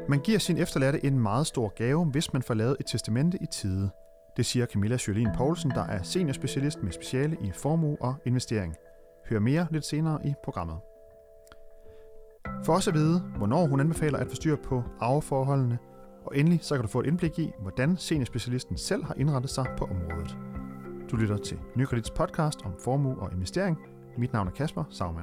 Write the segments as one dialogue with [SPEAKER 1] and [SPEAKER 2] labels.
[SPEAKER 1] Man giver sin efterladte en meget stor gave, hvis man får lavet et testamente i tide. Det siger Camilla Sjølin Poulsen, der er seniorspecialist med speciale i formue og investering. Hør mere lidt senere i programmet. For også at vide, hvornår hun anbefaler at få styr på arveforholdene, og endelig så kan du få et indblik i, hvordan seniorspecialisten selv har indrettet sig på området. Du lytter til Nykredits podcast om formue og investering. Mit navn er Kasper Saumann.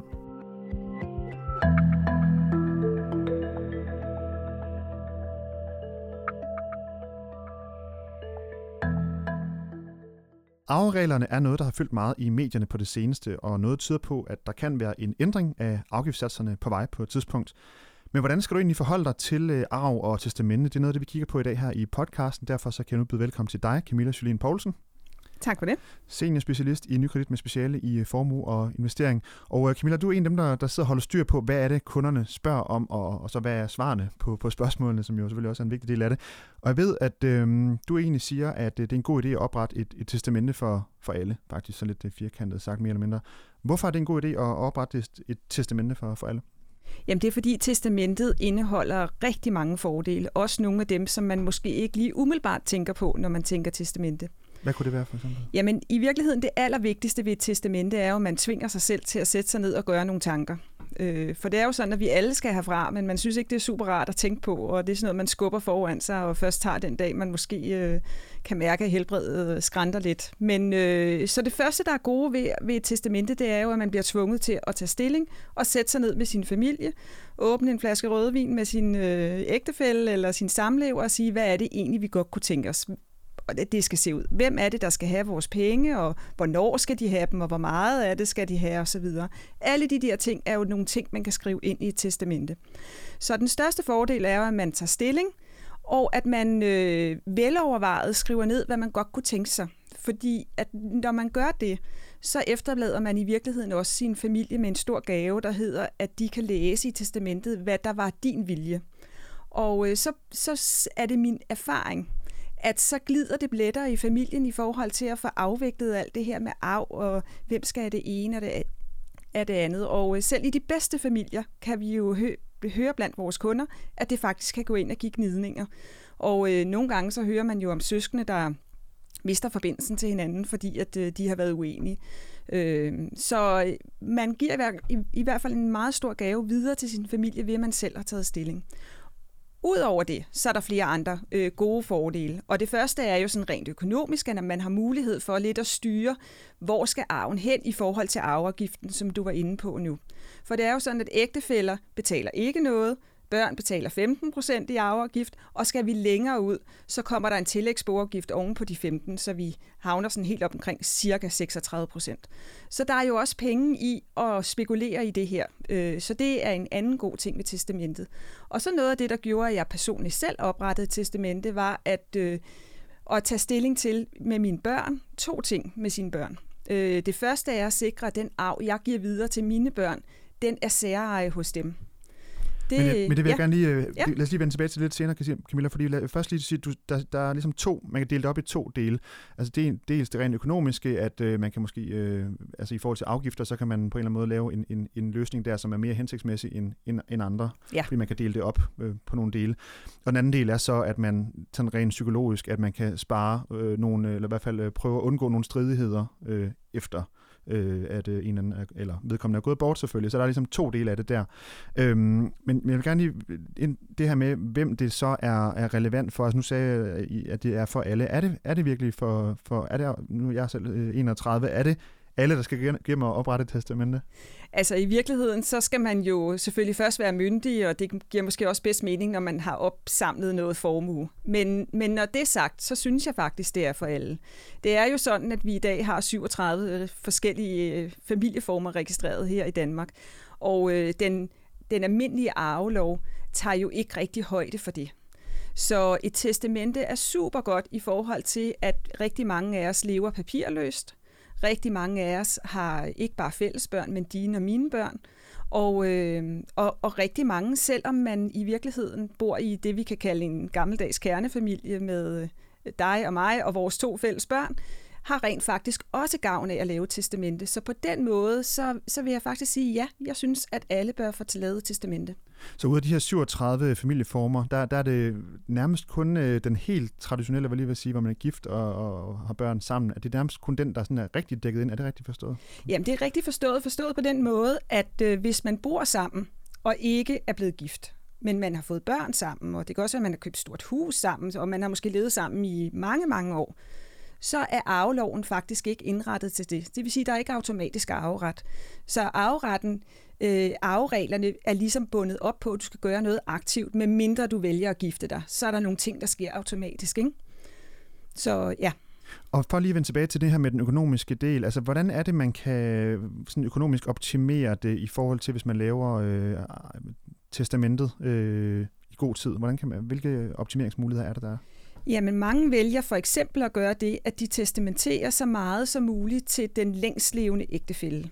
[SPEAKER 1] Arvereglerne er noget, der har fyldt meget i medierne på det seneste, og noget tyder på, at der kan være en ændring af afgiftssatserne på vej på et tidspunkt. Men hvordan skal du egentlig forholde dig til arv og testamente? Det er noget, det vi kigger på i dag her i podcasten. Derfor så kan jeg nu byde velkommen til dig, Camilla Sjølin Poulsen.
[SPEAKER 2] Tak for det.
[SPEAKER 1] Seniorspecialist i Nykredit med speciale i formue og investering. Og Camilla, du er en af dem, der sidder og holder styr på, hvad er det, kunderne spørger om, og så hvad er svarene på spørgsmålene, som jo selvfølgelig også er en vigtig del af det. Og jeg ved, at du egentlig siger, at det er en god idé at oprette et testamente for alle, faktisk så lidt firkantet sagt mere eller mindre. Hvorfor er det en god idé at oprette et testamente for alle?
[SPEAKER 2] Jamen det er fordi testamentet indeholder rigtig mange fordele, også nogle af dem, som man måske ikke lige umiddelbart tænker på, når man tænker testamente.
[SPEAKER 1] Hvad kunne det være for eksempel?
[SPEAKER 2] Jamen i virkeligheden det allervigtigste ved et testamente er jo, at man tvinger sig selv til at sætte sig ned og gøre nogle tanker. For det er jo sådan, at vi alle skal herfra, men man synes ikke, det er super rart at tænke på, og det er sådan noget, man skubber foran sig, og først tager den dag, man måske kan mærke, at helbredet skrænter lidt. Men så det første, der er gode ved et testamente, det er jo, at man bliver tvunget til at tage stilling og sætte sig ned med sin familie, åbne en flaske rødvin med sin ægtefælle eller sin samlever og sige, hvad er det egentlig, vi godt kunne tænke os? Og det skal se ud. Hvem er det, der skal have vores penge, og hvornår skal de have dem, og hvor meget af det skal de have, osv. Alle de der ting er jo nogle ting, man kan skrive ind i et testamente. Så den største fordel er jo, at man tager stilling, og at man velovervejet skriver ned, hvad man godt kunne tænke sig. Fordi at når man gør det, så efterlader man i virkeligheden også sin familie med en stor gave, der hedder, at de kan læse i testamentet, hvad der var din vilje. Og så er det min erfaring, at så glider det lettere i familien i forhold til at få afviklet alt det her med arv, og hvem skal have det ene og det andet. Og selv i de bedste familier kan vi jo høre blandt vores kunder, at det faktisk kan gå ind og give gnidninger. Og nogle gange så hører man jo om søskende, der mister forbindelsen til hinanden, fordi at de har været uenige. Så man giver i hvert fald en meget stor gave videre til sin familie, ved at man selv har taget stilling. Udover det, så er der flere andre gode fordele. Og det første er jo sådan rent økonomisk, at man har mulighed for lidt at styre, hvor skal arven hen i forhold til arveafgiften, som du var inde på nu. For det er jo sådan, at ægtefæller betaler ikke noget, børn betaler 15% i arveafgift, og skal vi længere ud, så kommer der en tillægsboafgift oven på de 15%, så vi havner sådan helt op omkring cirka 36%. Så der er jo også penge i at spekulere i det her. Så det er en anden god ting med testamentet. Og så noget af det, der gjorde, at jeg personligt selv oprettede et testamente, var at tage stilling til med mine børn, 2 ting med sine børn. Det første er at sikre, at den arv, jeg giver videre til mine børn, den er særeje hos dem.
[SPEAKER 1] Men det vil jeg gerne lige... Lad os lige vende tilbage til lidt senere, Camilla, fordi først lige sige, der er ligesom 2... Man kan dele det op i 2 dele. Altså det er dels det rent økonomiske, at man kan måske... altså i forhold til afgifter, så kan man på en eller anden måde lave en løsning der, som er mere hensigtsmæssig end andre. Ja. Fordi man kan dele det op på nogle dele. Og den anden del er så, at man sådan rent psykologisk, at man kan spare nogle... Eller i hvert fald prøve at undgå nogle stridigheder efter... at en eller vedkommende er gået bort selvfølgelig, så der er ligesom 2 dele af det der. Men jeg vil gerne lige det her med, hvem det så er relevant for. Altså nu sagde jeg, at det er for alle. Er det virkelig for er det, nu er jeg selv 31, er det alle, der skal give mig at oprette et testamente?
[SPEAKER 2] Altså i virkeligheden, så skal man jo selvfølgelig først være myndig, og det giver måske også bedst mening, når man har opsamlet noget formue. Men når det er sagt, så synes jeg faktisk, det er for alle. Det er jo sådan, at vi i dag har 37 forskellige familieformer registreret her i Danmark, og den almindelige arvelov tager jo ikke rigtig højde for det. Så et testamente er super godt i forhold til, at rigtig mange af os lever papirløst. Rigtig mange af os har ikke bare fælles børn, men dine og mine børn. Og rigtig mange, selvom man i virkeligheden bor i det, vi kan kalde en gammeldags kernefamilie med dig og mig og vores 2 fælles børn, har rent faktisk også gavn af at lave testamente. Så på den måde, så vil jeg faktisk sige, ja, jeg synes, at alle bør få lavet testamente.
[SPEAKER 1] Så ud af de her 37 familieformer, der er det nærmest kun den helt traditionelle, hvad lige vil sige, hvor man er gift og har børn sammen. Er det nærmest kun den, der sådan er rigtig dækket ind? Er det rigtigt forstået?
[SPEAKER 2] Jamen, det er rigtigt forstået. Forstået på den måde, at hvis man bor sammen og ikke er blevet gift, men man har fået børn sammen, og det kan også være, at man har købt et stort hus sammen, og man har måske levet sammen i mange, mange år, så er arveloven faktisk ikke indrettet til det. Det vil sige, at der er ikke automatisk arveret. Så arvereglerne er ligesom bundet op på, at du skal gøre noget aktivt, medmindre du vælger at gifte dig. Så er der nogle ting, der sker automatisk, ikke? Så ja.
[SPEAKER 1] Og for lige at vende tilbage til det her med den økonomiske del, altså hvordan er det, man kan sådan økonomisk optimere det i forhold til, hvis man laver testamentet i god tid? Hvilke optimeringsmuligheder er der?
[SPEAKER 2] Jamen, mange vælger for eksempel at gøre det, at de testamenterer så meget som muligt til den længstlevende ægtefælle.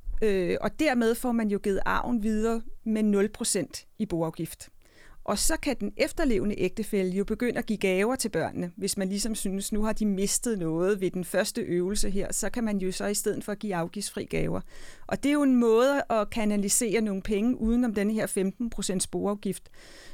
[SPEAKER 2] Og dermed får man jo givet arven videre med 0% i boafgift. Og så kan den efterlevende ægtefælle jo begynde at give gaver til børnene. Hvis man ligesom synes, nu har de mistet noget ved den første øvelse her, så kan man jo så i stedet for at give afgiftsfri gaver. Og det er jo en måde at kanalisere nogle penge udenom den her 15% boafgift,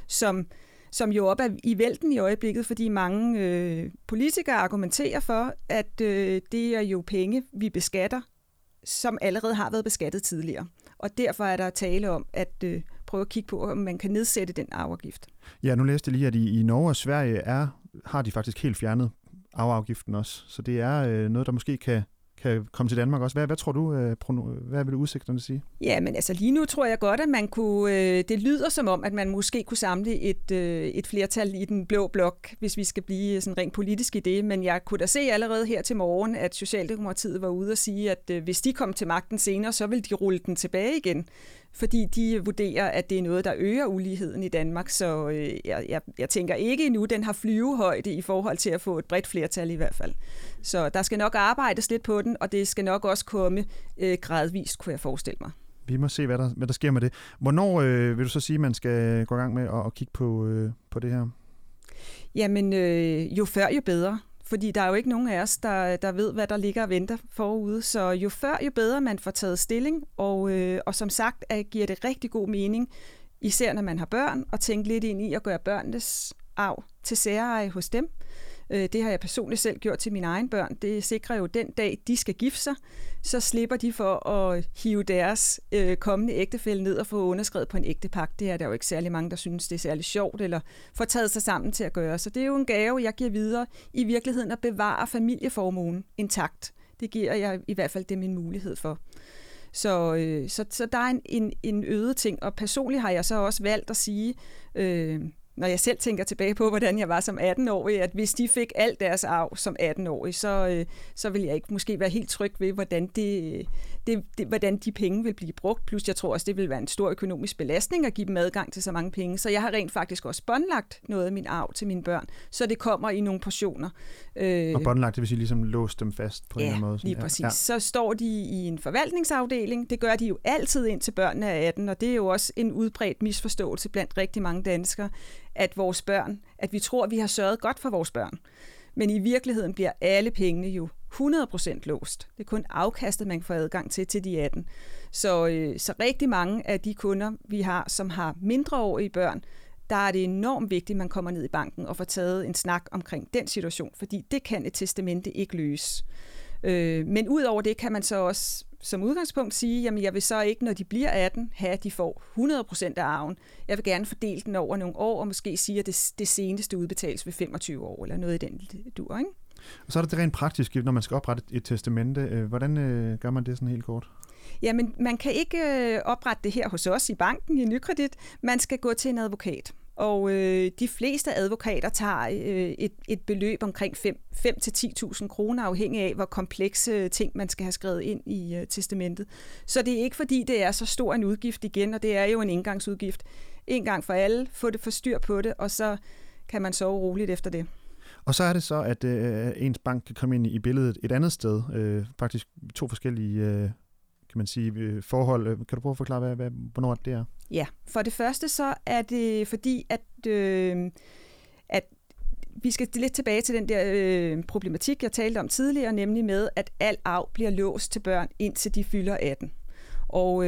[SPEAKER 2] som jo op er i vælten i øjeblikket, fordi mange politikere argumenterer for, at det er jo penge, vi beskatter, som allerede har været beskattet tidligere. Og derfor er der tale om at prøve at kigge på, om man kan nedsætte den arveafgift.
[SPEAKER 1] Ja, nu læste jeg lige, at i Norge og Sverige har de faktisk helt fjernet arveafgiften også. Så det er noget, der måske kan komme til Danmark også. Hvad tror du, hvad vil du udsigterne sige?
[SPEAKER 2] Ja, men altså lige nu tror jeg godt, at man kunne, det lyder som om, at man måske kunne samle et flertal i den blå blok, hvis vi skal blive sådan rent politisk i det. Men jeg kunne da se allerede her til morgen, at Socialdemokratiet var ude og sige, at hvis de kom til magten senere, så vil de rulle den tilbage igen. Fordi de vurderer, at det er noget, der øger uligheden i Danmark. Så jeg tænker ikke endnu, den har flyvehøjde i forhold til at få et bredt flertal i hvert fald. Så der skal nok arbejdes lidt på den, og det skal nok også komme gradvist, kunne jeg forestille mig.
[SPEAKER 1] Vi må se, hvad der sker med det. Hvornår vil du så sige, at man skal gå i gang med at kigge på det her? Jamen,
[SPEAKER 2] jo før, jo bedre. Fordi der er jo ikke nogen af os, der ved, hvad der ligger og venter forude. Så jo før, jo bedre man får taget stilling. Og som sagt, giver det rigtig god mening, især når man har børn, at tænke lidt ind i at gøre børnenes arv til særeje hos dem. Det har jeg personligt selv gjort til mine egne børn. Det sikrer jo den dag, de skal gifte sig, så slipper de for at hive deres kommende ægtefælle ned og få underskrevet på en ægtepagt. Det er der jo ikke særlig mange, der synes, det er særlig sjovt eller får taget sig sammen til at gøre. Så det er jo en gave, jeg giver videre i virkeligheden at bevare familieformuen intakt. Det giver jeg i hvert fald dem en mulighed for. Så der er en øget ting, og personligt har jeg så også valgt at sige, når jeg selv tænker tilbage på, hvordan jeg var som 18-årig, at hvis de fik alt deres arv som 18-årig, så ville jeg ikke måske være helt tryg ved, hvordan de penge vil blive brugt. Plus jeg tror også, det vil være en stor økonomisk belastning at give dem adgang til så mange penge. Så jeg har rent faktisk også båndlagt noget af min arv til mine børn, så det kommer i nogle portioner.
[SPEAKER 1] Og båndlagt, det vil sige ligesom låse dem fast på en eller anden måde?
[SPEAKER 2] Sådan, lige præcis. Ja. Så står de i en forvaltningsafdeling. Det gør de jo altid indtil børnene er 18, og det er jo også en udbredt misforståelse blandt rigtig mange danskere, at vores børn, at vi tror, at vi har sørget godt for vores børn. Men i virkeligheden bliver alle pengene jo 100% låst. Det er kun afkastet, man får adgang til de 18. Så rigtig mange af de kunder, vi har, som har mindreårige børn, der er det enormt vigtigt, at man kommer ned i banken og får taget en snak omkring den situation, fordi det kan et testamente ikke løse. Men ud over det kan man så også som udgangspunkt sige, jamen jeg vil så ikke, når de bliver 18, have, at de får 100% af arven. Jeg vil gerne fordele den over nogle år, og måske sige, at det seneste udbetales ved 25 år, eller noget i den dur, ikke?
[SPEAKER 1] Og så er det rent praktisk, når man skal oprette et testamente. Hvordan gør man det sådan helt kort?
[SPEAKER 2] Jamen, man kan ikke oprette det her hos os i banken i Nykredit. Man skal gå til en advokat. Og de fleste advokater tager et beløb omkring 5 til 10.000 kroner, afhængig af, hvor komplekse ting man skal have skrevet ind i testamentet. Så det er ikke fordi, det er så stor en udgift igen, og det er jo en engangsudgift. En gang for alle, få det for styr på det, og så kan man sove roligt efter det.
[SPEAKER 1] Og så er det så, at ens bank kan komme ind i billedet et andet sted. Faktisk 2 forskellige kan man sige, forhold. Kan du prøve at forklare, hvornår det er?
[SPEAKER 2] Ja, for det første så er det fordi, at vi skal lidt tilbage til den der problematik, jeg talte om tidligere, nemlig med, at al arv bliver låst til børn, indtil de fylder 18. Og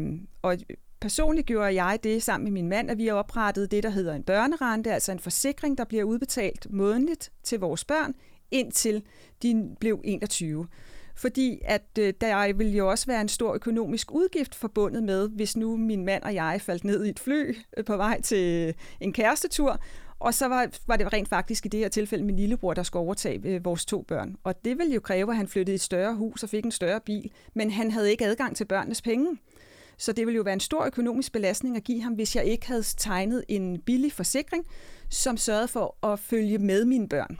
[SPEAKER 2] personligt gjorde jeg det sammen med min mand, at vi har oprettet det, der hedder en børnerente, altså en forsikring, der bliver udbetalt månedligt til vores børn, indtil de blev 21. Fordi at der vil jo også være en stor økonomisk udgift forbundet med, hvis nu min mand og jeg faldt ned i et fly på vej til en kærestetur, og så var det rent faktisk i det her tilfælde min lillebror, der skulle overtage vores 2 børn. Og det ville jo kræve, at han flyttede i et større hus og fik en større bil, men han havde ikke adgang til børnenes penge. Så det ville jo være en stor økonomisk belastning at give ham, hvis jeg ikke havde tegnet en billig forsikring, som sørgede for at følge med mine børn.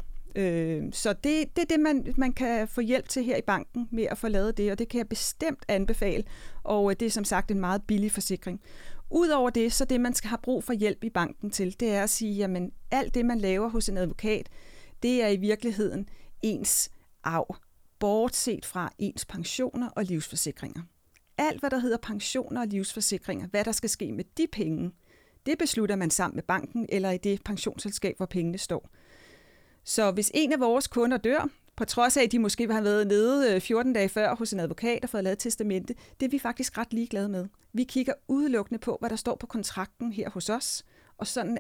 [SPEAKER 2] Så det er det, man kan få hjælp til her i banken med at få lavet det, og det kan jeg bestemt anbefale, og det er som sagt en meget billig forsikring. Udover det, så det man skal have brug for hjælp i banken til, det er at sige, jamen alt det man laver hos en advokat, det er i virkeligheden ens arv, bortset fra ens pensioner og livsforsikringer. Alt hvad der hedder pensioner og livsforsikringer, hvad der skal ske med de penge, det beslutter man sammen med banken eller i det pensionsselskab, hvor pengene står. Så hvis en af vores kunder dør, på trods af, at de måske har været nede 14 dage før hos en advokat og fået lavet testamente, det er vi faktisk ret ligeglade med. Vi kigger udelukkende på, hvad der står på kontrakten her hos os, og sådan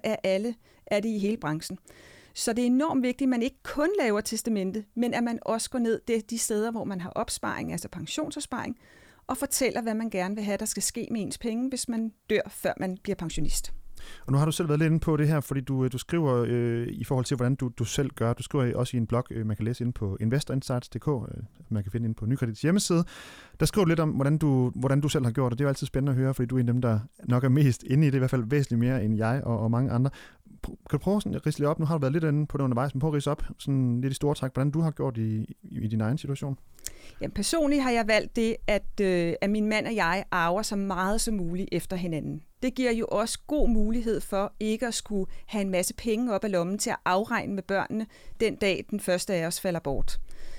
[SPEAKER 2] er det i hele branchen. Så det er enormt vigtigt, at man ikke kun laver testamente, men at man også går ned de steder, hvor man har opsparing, altså pensionsopsparing, og fortæller, hvad man gerne vil have, der skal ske med ens penge, hvis man dør, før man bliver pensionist.
[SPEAKER 1] Og nu har du selv været lidt inde på det her, fordi du skriver i forhold til, hvordan du selv gør. Du skriver også i en blog, man kan læse inde på investorinsights.dk, man kan finde inde på Nykredits hjemmeside. Der skriver du lidt om, hvordan du selv har gjort det. Det er jo altid spændende at høre, fordi du er en af dem, der nok er mest inde i det, i hvert fald væsentligt mere end jeg og mange andre. Kan du prøve at ridse lidt op? Nu har du været lidt inde på det undervejs, men prøv at ridse op sådan lidt i store træk, hvordan du har gjort i din egen situation.
[SPEAKER 2] Jamen, personligt har jeg valgt det, at min mand og jeg arver så meget som muligt efter hinanden. Det giver jo også god mulighed for ikke at skulle have en masse penge op af lommen til at afregne med børnene den dag, den første af os falder bort.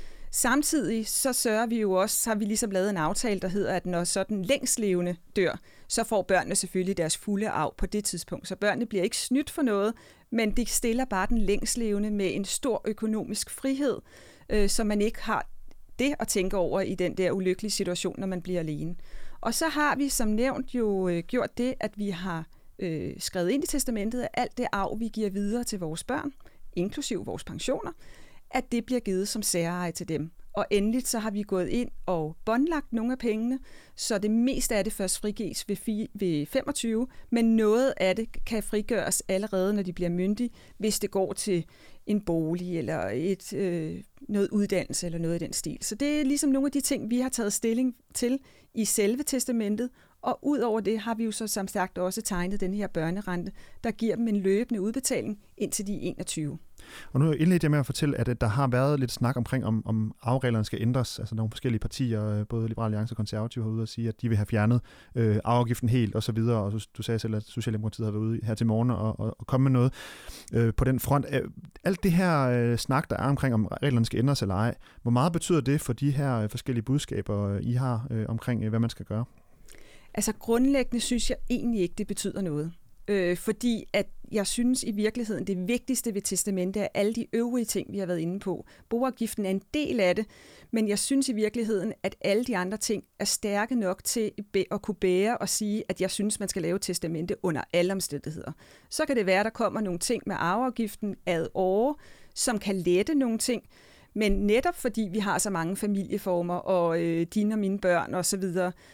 [SPEAKER 2] Samtidig så sørger vi jo også, har vi ligesom lavet en aftale, der hedder, at når så den længstlevende dør, så får børnene selvfølgelig deres fulde arv på det tidspunkt. Så børnene bliver ikke snydt for noget, men de stiller bare den længstlevende med en stor økonomisk frihed, så man ikke har det at tænke over i den der ulykkelige situation, når man bliver alene. Og så har vi som nævnt jo gjort det, at vi har skrevet ind i testamentet, at alt det arv, vi giver videre til vores børn, inklusive vores pensioner, at det bliver givet som særeje til dem. Og endeligt så har vi gået ind og båndlagt nogle af pengene, så det meste af det først frigives ved 25, men noget af det kan frigøres allerede, når de bliver myndige, hvis det går til en bolig eller noget uddannelse eller noget i den stil. Så det er ligesom nogle af de ting, vi har taget stilling til i selve testamentet, og ud over det har vi jo så som sagt også tegnet den her børnerente, der giver dem en løbende udbetaling indtil de 21.
[SPEAKER 1] Og nu indledte jeg med at fortælle, at der har været lidt snak omkring, om arvereglerne skal ændres. Altså nogle forskellige partier, både Liberal Alliance og Konservative, har ude at sige, at de vil have fjernet arveafgiften helt og så videre. Og du sagde selv, at Socialdemokratiet har været ude her til morgen og komme med noget på den front. Alt det her snak, der er omkring, om reglerne skal ændres eller ej, hvor meget betyder det for de her forskellige budskaber, I har omkring, hvad man skal gøre?
[SPEAKER 2] Altså grundlæggende synes jeg egentlig ikke, det betyder noget. Fordi at jeg synes i virkeligheden, det vigtigste ved testamentet er alle de øvrige ting, vi har været inde på. Boafgiften er en del af det, men jeg synes i virkeligheden, at alle de andre ting er stærke nok til at kunne bære og sige, at jeg synes, man skal lave testamente under alle omstændigheder. Så kan det være, at der kommer nogle ting med arveafgiften ad åre, som kan lette nogle ting, men netop fordi vi har så mange familieformer, og dine og mine børn osv.,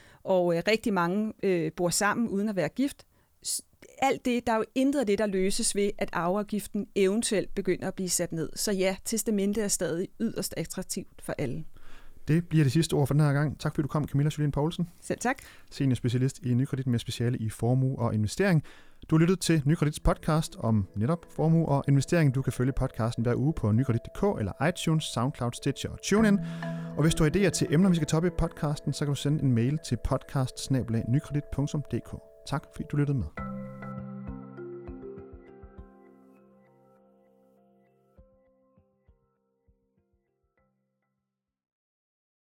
[SPEAKER 2] og rigtig mange bor sammen uden at være gift, alt det, der er jo intet af det, der løses ved, at arveafgiften eventuelt begynder at blive sat ned. Så ja, testamentet er stadig yderst attraktivt for alle.
[SPEAKER 1] Det bliver det sidste ord for den her gang. Tak fordi du kom, Camilla Sølien Poulsen.
[SPEAKER 2] Selv tak.
[SPEAKER 1] Senior specialist i Nykredit med speciale i formue og investering. Du har lyttet til Nykredits podcast om netop formue og investering. Du kan følge podcasten hver uge på nykredit.dk eller iTunes, SoundCloud, Stitcher og TuneIn. Og hvis du har idéer til emner, vi skal toppe i podcasten, så kan du sende en mail til podcast@nykredit.dk. Tak fordi du lyttede med.